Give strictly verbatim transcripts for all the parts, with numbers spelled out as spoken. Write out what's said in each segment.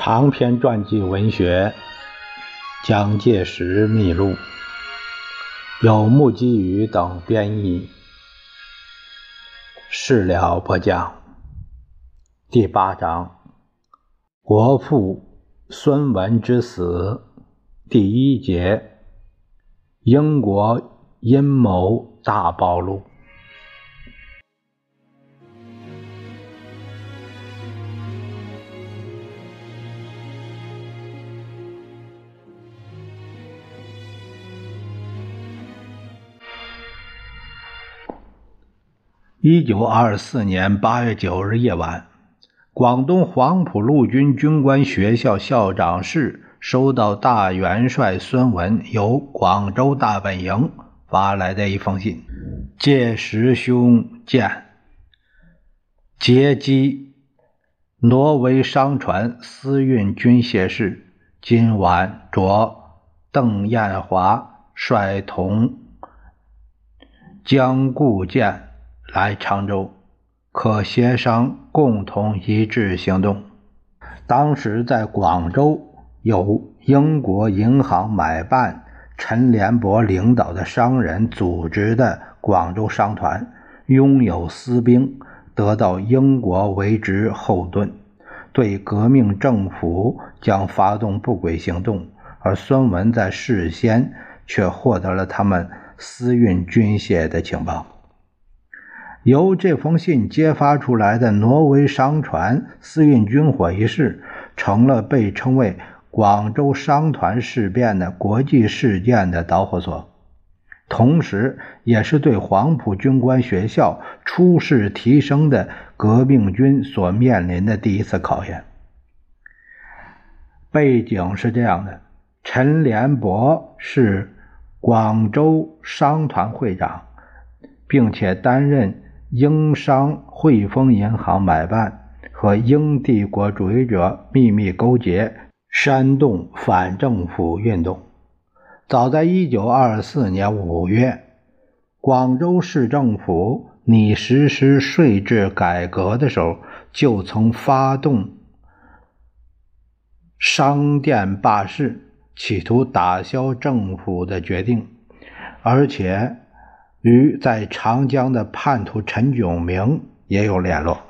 长篇传记文学《蒋介石秘录》，由木基宇等编译。事了播讲。第八章，国父孙文之死。第一节，英国阴谋大暴露。一九二四年八月九日夜晚，广东黄埔陆军军官学校校长室收到大元帅孙文由广州大本营发来的一封信。届时兄见，截击挪威商船私运军械事，今晚着邓彦华率同江固舰来常州，可协商共同一致行动。当时在广州有英国银行买办陈联博领导的商人组织的广州商团，拥有私兵，得到英国为之后盾，对革命政府将发动不轨行动，而孙文在事先却获得了他们私运军械的情报。由这封信揭发出来的挪威商船私运军火一事，成了被称为广州商团事变的国际事件的导火索，同时也是对黄埔军官学校出世提升的革命军所面临的第一次考验。背景是这样的，陈联博是广州商团会长，并且担任英商汇丰银行买办，和英帝国主义者秘密勾结，煽动反政府运动。早在一九二四年五月，广州市政府拟实施税制改革的时候，就曾发动商店罢市，企图打消政府的决定，而且与在长江的叛徒陈炯明也有联络。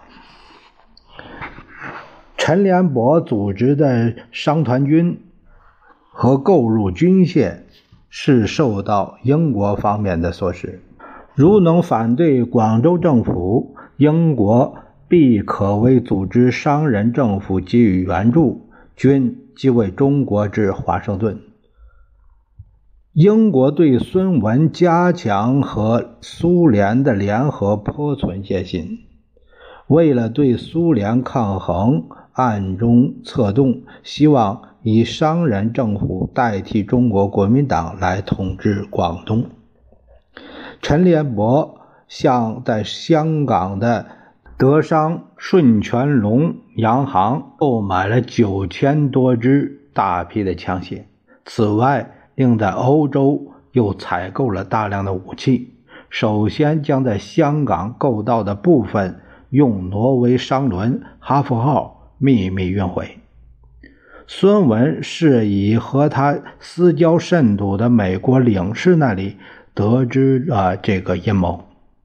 陈联博组织的商团军和购入军械是受到英国方面的唆使，如能反对广州政府，英国必可为组织商人政府给予援助，军即为中国至华盛顿。英国对孙文加强和苏联的联合颇存戒心，为了对苏联抗衡，暗中策动，希望以商人政府代替中国国民党来统治广东。陈联博向在香港的德商顺全龙洋行购买了九千多支大批的枪械，此外另在欧洲又采购了大量的武器，首先将在香港购到的部分用挪威商轮哈佛号秘密运回。孙文是以和他私交甚笃的美国领事那里得知了这个阴谋。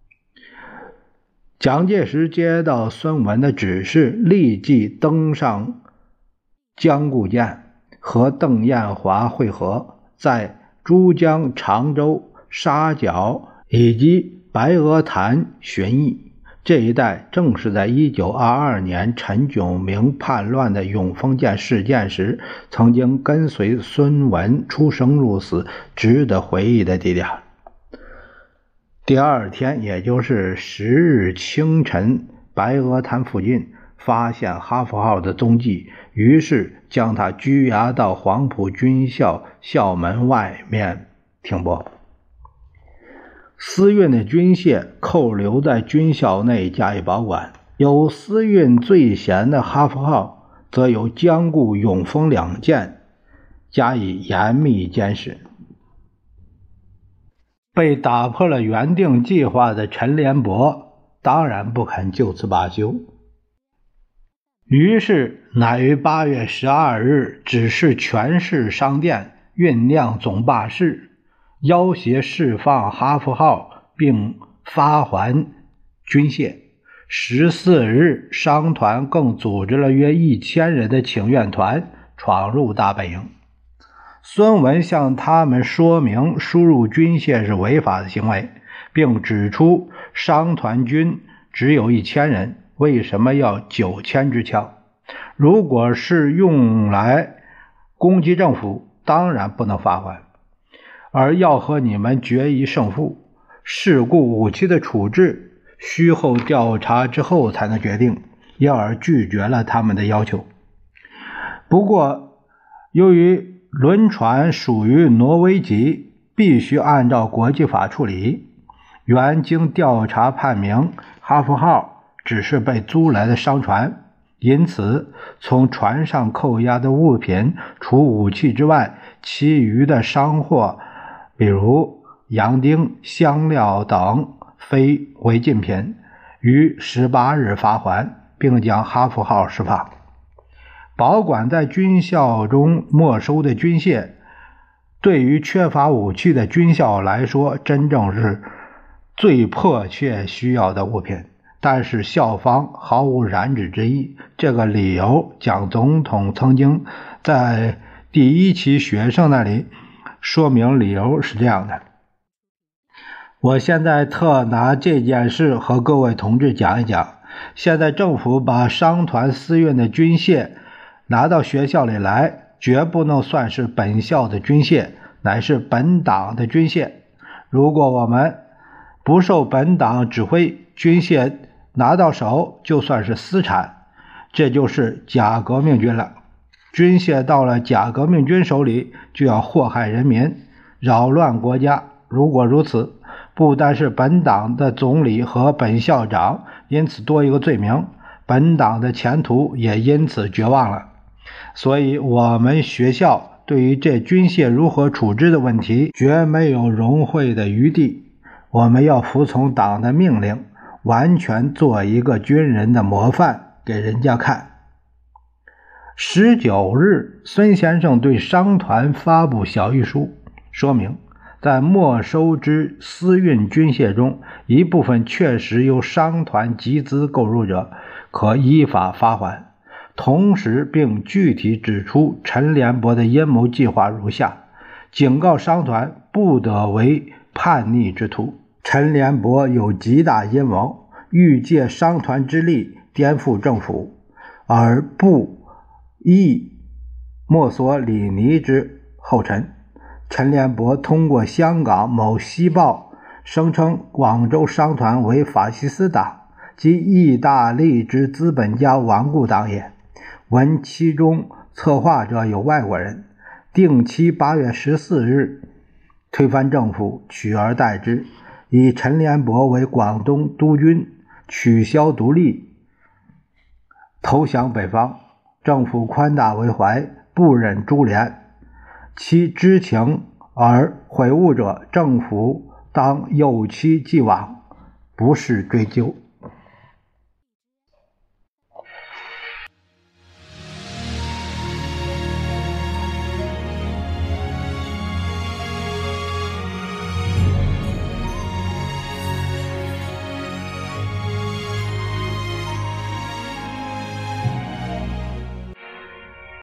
蒋介石接到孙文的指示，立即登上江固舰和邓彦华会合，在珠江、常州、沙角以及白鹅潭巡弋。这一带正是在一九二二年陈炯明叛乱的永丰舰事件时，曾经跟随孙文出生入死，值得回忆的地点。第二天，也就是十日清晨，白鹅潭附近发现哈佛号的踪迹，于是将它拘押到黄埔军校校门外面停泊。私运的军械扣留在军校内加以保管，有私运最嫌的哈佛号则由江固、永丰两舰加以严密监视。被打破了原定计划的陈联博当然不肯就此罢休， 于是乃于八月十二日指示全市商店酝酿总罢事，要挟释放哈佛号并发还军械。十四日，商团更组织了约一千人的请愿团闯入大本营。孙文向他们说明输入军械是违法的行为，并指出商团军只有一千人，为什么要九千支枪？如果是用来攻击政府，当然不能发还，而要和你们决一胜负。事故武器的处置需后调查之后才能决定，因而拒绝了他们的要求。不过由于轮船属于挪威籍，必须按照国际法处理，原经调查判明哈佛号只是被租来的商船，因此从船上扣押的物品除武器之外，其余的商货比如洋钉、香料等非违禁品，于十八日发还，并将哈佛号释放。保管在军校中没收的军械，对于缺乏武器的军校来说，真正是最迫切需要的物品。但是校方毫无染指之意，这个理由蒋总统曾经在第一期学生那里说明，理由是这样的。我现在特拿这件事和各位同志讲一讲。现在政府把商团私运的军械拿到学校里来，绝不能算是本校的军械，乃是本党的军械。如果我们不受本党指挥，军械拿到手就算是私产，这就是假革命军了。军械到了假革命军手里，就要祸害人民，扰乱国家。如果如此，不单是本党的总理和本校长因此多一个罪名，本党的前途也因此绝望了。所以我们学校对于这军械如何处置的问题绝没有容会的余地，我们要服从党的命令，完全做一个军人的模范给人家看。十九日，孙先生对商团发布小谕书，说明在没收之私运军械中，一部分确实由商团集资购入者，可依法发还。同时并具体指出陈联博的阴谋计划如下，警告商团不得为叛逆之徒。陈联博有极大阴谋，欲借商团之力颠覆政府，而不亦墨索里尼之后尘。陈联博通过香港某西报声称广州商团为法西斯党，即意大利之资本家顽固党也，闻其中策划者有外国人，定期八月十四日推翻政府，取而代之，以陈联博为广东督军，取消独立，投降北方。政府宽大为怀，不忍株连，其知情而悔悟者，政府当有其既往，不是追究。